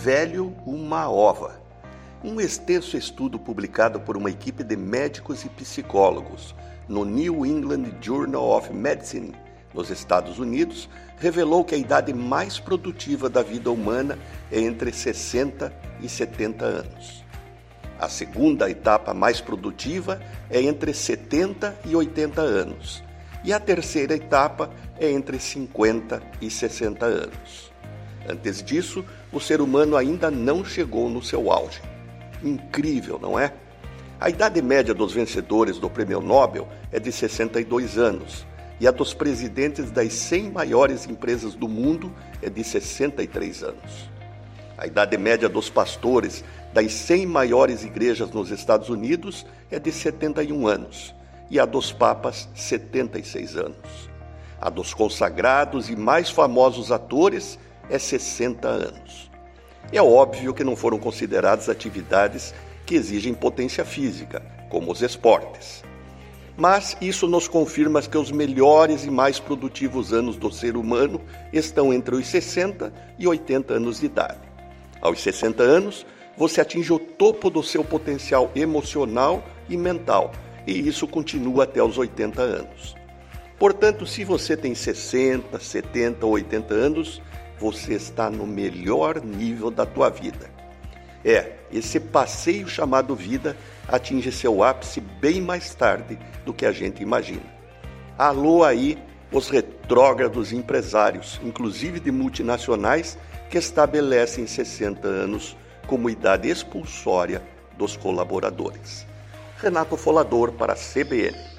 velho uma ova. Um extenso estudo publicado por uma equipe de médicos e psicólogos no New England Journal of Medicine, nos Estados Unidos, revelou que a idade mais produtiva da vida humana é entre 60 e 70 anos. A segunda etapa mais produtiva é entre 70 e 80 anos. E a terceira etapa é entre 50 e 60 anos. Antes disso, o ser humano ainda não chegou no seu auge. Incrível, não é? A idade média dos vencedores do Prêmio Nobel é de 62 anos e a dos presidentes das 100 maiores empresas do mundo é de 63 anos. A idade média dos pastores das 100 maiores igrejas nos Estados Unidos é de 71 anos e a dos papas, 76 anos. A dos consagrados e mais famosos atores é 60 anos. É óbvio que não foram consideradas atividades que exigem potência física, como os esportes. Mas isso nos confirma que os melhores e mais produtivos anos do ser humano estão entre os 60 e 80 anos de idade. Aos 60 anos, você atinge o topo do seu potencial emocional e mental, e isso continua até os 80 anos. Portanto, se você tem 60, 70 ou 80 anos, você está no melhor nível da tua vida. Esse passeio chamado vida atinge seu ápice bem mais tarde do que a gente imagina. Alô aí os retrógrados empresários, inclusive de multinacionais, que estabelecem 60 anos como idade expulsória dos colaboradores. Renato Folador para a CBN.